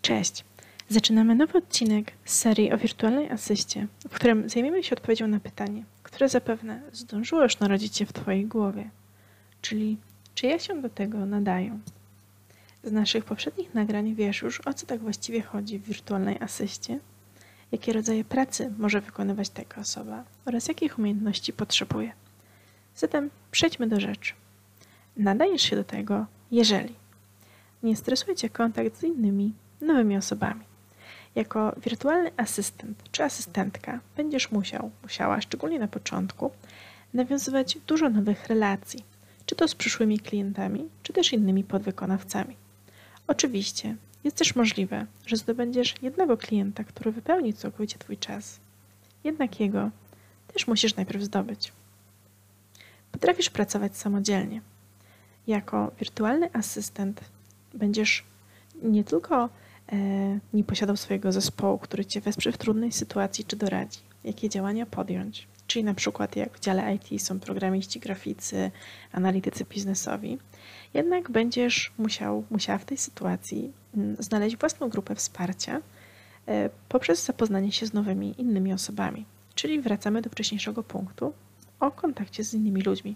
Cześć! Zaczynamy nowy odcinek z serii o wirtualnej asyście, w którym zajmiemy się odpowiedzią na pytanie, które zapewne zdążyło już narodzić się w Twojej głowie, czyli czy ja się do tego nadaję? Z naszych poprzednich nagrań wiesz już, o co tak właściwie chodzi w wirtualnej asyście, jakie rodzaje pracy może wykonywać taka osoba oraz jakich umiejętności potrzebuje. Zatem przejdźmy do rzeczy. Nadajesz się do tego, jeżeli nie stresuje Cię kontakt z innymi, nowymi osobami. Jako wirtualny asystent czy asystentka będziesz musiała, szczególnie na początku, nawiązywać dużo nowych relacji, czy to z przyszłymi klientami, czy też innymi podwykonawcami. Oczywiście jest też możliwe, że zdobędziesz jednego klienta, który wypełni całkowicie Twój czas. Jednak jego też musisz najpierw zdobyć. Potrafisz pracować samodzielnie. Jako wirtualny asystent będziesz nie tylko nie posiadał swojego zespołu, który Cię wesprze w trudnej sytuacji czy doradzi, jakie działania podjąć, czyli na przykład jak w dziale IT są programiści, graficy, analitycy biznesowi, jednak będziesz musiała w tej sytuacji znaleźć własną grupę wsparcia poprzez zapoznanie się z nowymi, innymi osobami. Czyli wracamy do wcześniejszego punktu o kontakcie z innymi ludźmi.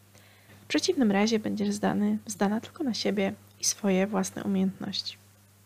W przeciwnym razie będziesz zdana tylko na siebie i swoje własne umiejętności.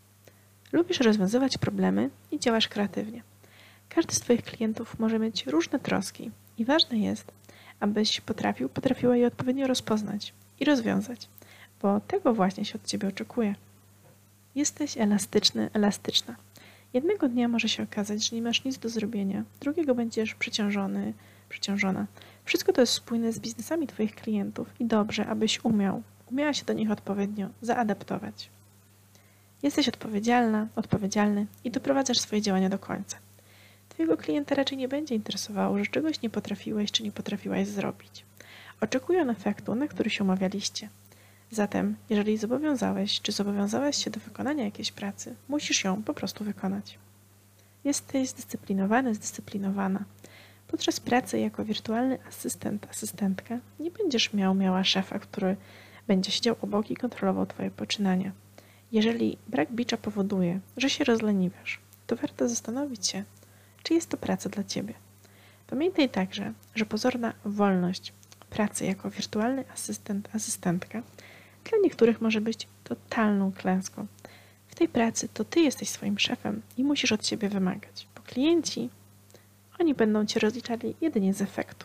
Lubisz rozwiązywać problemy i działasz kreatywnie. Każdy z Twoich klientów może mieć różne troski i ważne jest, abyś potrafiła je odpowiednio rozpoznać i rozwiązać, bo tego właśnie się od Ciebie oczekuje. Jesteś elastyczny, elastyczna. Jednego dnia może się okazać, że nie masz nic do zrobienia, drugiego będziesz przeciążona. Wszystko to jest spójne z biznesami Twoich klientów i dobrze, abyś umiała się do nich odpowiednio zaadaptować. Jesteś odpowiedzialny i doprowadzasz swoje działania do końca. Twojego klienta raczej nie będzie interesowało, że czegoś nie potrafiłeś czy nie potrafiłaś zrobić. Oczekuje on efektu, na który się umawialiście. Zatem, jeżeli zobowiązałaś się do wykonania jakiejś pracy, musisz ją po prostu wykonać. Jesteś zdyscyplinowana. Podczas pracy jako wirtualny asystentka nie będziesz miała szefa, który będzie siedział obok i kontrolował Twoje poczynania. Jeżeli brak bicza powoduje, że się rozleniwiasz, to warto zastanowić się, czy jest to praca dla Ciebie. Pamiętaj także, że pozorna wolność pracy jako wirtualny asystentka dla niektórych może być totalną klęską. W tej pracy to Ty jesteś swoim szefem i musisz od siebie wymagać, bo klienci, oni będą Cię rozliczali jedynie z efektów.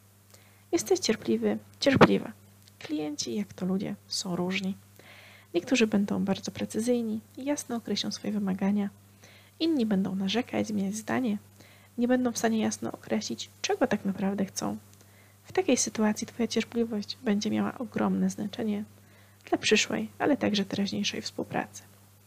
Jesteś cierpliwa. Klienci, jak to ludzie, są różni. Niektórzy będą bardzo precyzyjni i jasno określą swoje wymagania. Inni będą narzekać, zmieniać zdanie. Nie będą w stanie jasno określić, czego tak naprawdę chcą. W takiej sytuacji Twoja cierpliwość będzie miała ogromne znaczenie dla przyszłej, ale także teraźniejszej współpracy.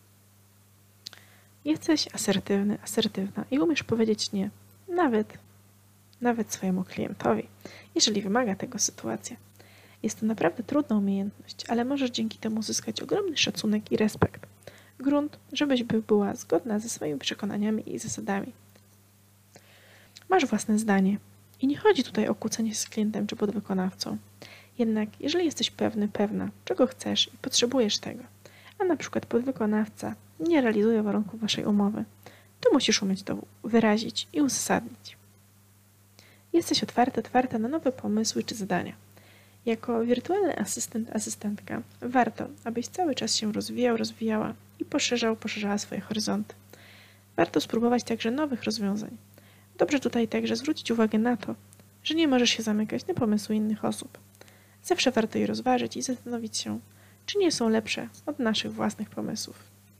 Jesteś asertywna i umiesz powiedzieć nie, nawet swojemu klientowi, jeżeli wymaga tego sytuacja. Jest to naprawdę trudna umiejętność, ale możesz dzięki temu uzyskać ogromny szacunek i respekt. Grunt, żebyś była zgodna ze swoimi przekonaniami i zasadami. Masz własne zdanie i nie chodzi tutaj o kłócenie się z klientem czy podwykonawcą. Jednak jeżeli jesteś pewna, czego chcesz i potrzebujesz tego, a na przykład podwykonawca nie realizuje warunków waszej umowy, to musisz umieć to wyrazić i uzasadnić. Jesteś otwarta na nowe pomysły czy zadania. Jako wirtualny asystentka warto, abyś cały czas się rozwijała i poszerzała swoje horyzonty. Warto spróbować także nowych rozwiązań. Dobrze tutaj także zwrócić uwagę na to, że nie możesz się zamykać na pomysły innych osób. Zawsze warto je rozważyć i zastanowić się, czy nie są lepsze od naszych własnych pomysłów.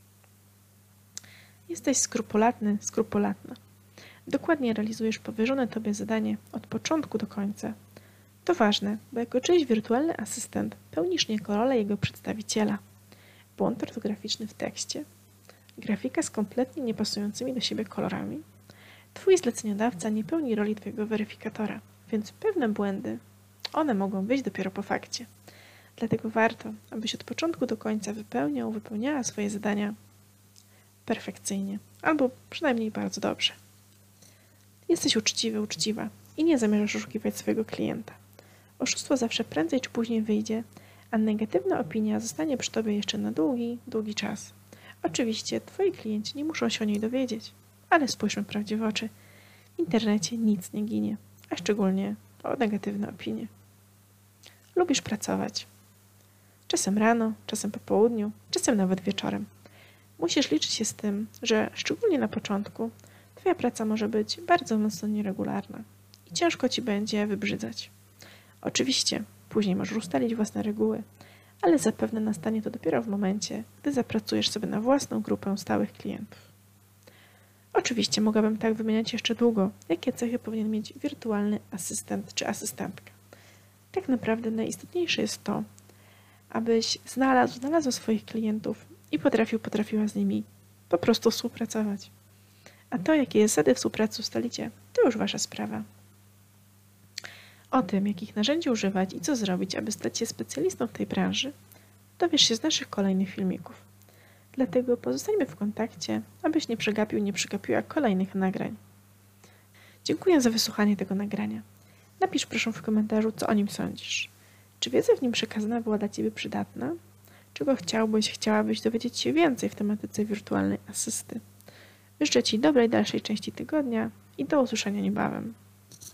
Jesteś skrupulatna. Dokładnie realizujesz powierzone Tobie zadanie od początku do końca. To ważne, bo jako czyjś wirtualny asystent pełnisz niejako rolę jego przedstawiciela. Błąd ortograficzny w tekście, grafika z kompletnie niepasującymi do siebie kolorami. Twój zleceniodawca nie pełni roli Twojego weryfikatora, więc pewne błędy, one mogą wyjść dopiero po fakcie. Dlatego warto, abyś od początku do końca wypełniała swoje zadania perfekcyjnie, albo przynajmniej bardzo dobrze. Jesteś uczciwa i nie zamierzasz oszukiwać swojego klienta. Oszustwo zawsze prędzej czy później wyjdzie, a negatywna opinia zostanie przy Tobie jeszcze na długi czas. Oczywiście twoi klienci nie muszą się o niej dowiedzieć, ale spójrzmy prawdzie w oczy. W internecie nic nie ginie, a szczególnie o negatywne opinie. Lubisz pracować. Czasem rano, czasem po południu, czasem nawet wieczorem. Musisz liczyć się z tym, że szczególnie na początku twoja praca może być bardzo mocno nieregularna i ciężko ci będzie wybrzydzać. Oczywiście, później możesz ustalić własne reguły, ale zapewne nastanie to dopiero w momencie, gdy zapracujesz sobie na własną grupę stałych klientów. Oczywiście mogłabym tak wymieniać jeszcze długo, jakie cechy powinien mieć wirtualny asystent czy asystentka. Tak naprawdę najistotniejsze jest to, abyś znalazł swoich klientów i potrafiła z nimi po prostu współpracować. A to, jakie zasady współpracy ustalicie, to już wasza sprawa. O tym, jakich narzędzi używać i co zrobić, aby stać się specjalistą w tej branży, dowiesz się z naszych kolejnych filmików. Dlatego pozostańmy w kontakcie, abyś nie przegapiła kolejnych nagrań. Dziękuję za wysłuchanie tego nagrania. Napisz proszę w komentarzu, co o nim sądzisz. Czy wiedza w nim przekazana była dla Ciebie przydatna? Czego chciałabyś dowiedzieć się więcej w tematyce wirtualnej asysty? Życzę Ci dobrej dalszej części tygodnia i do usłyszenia niebawem.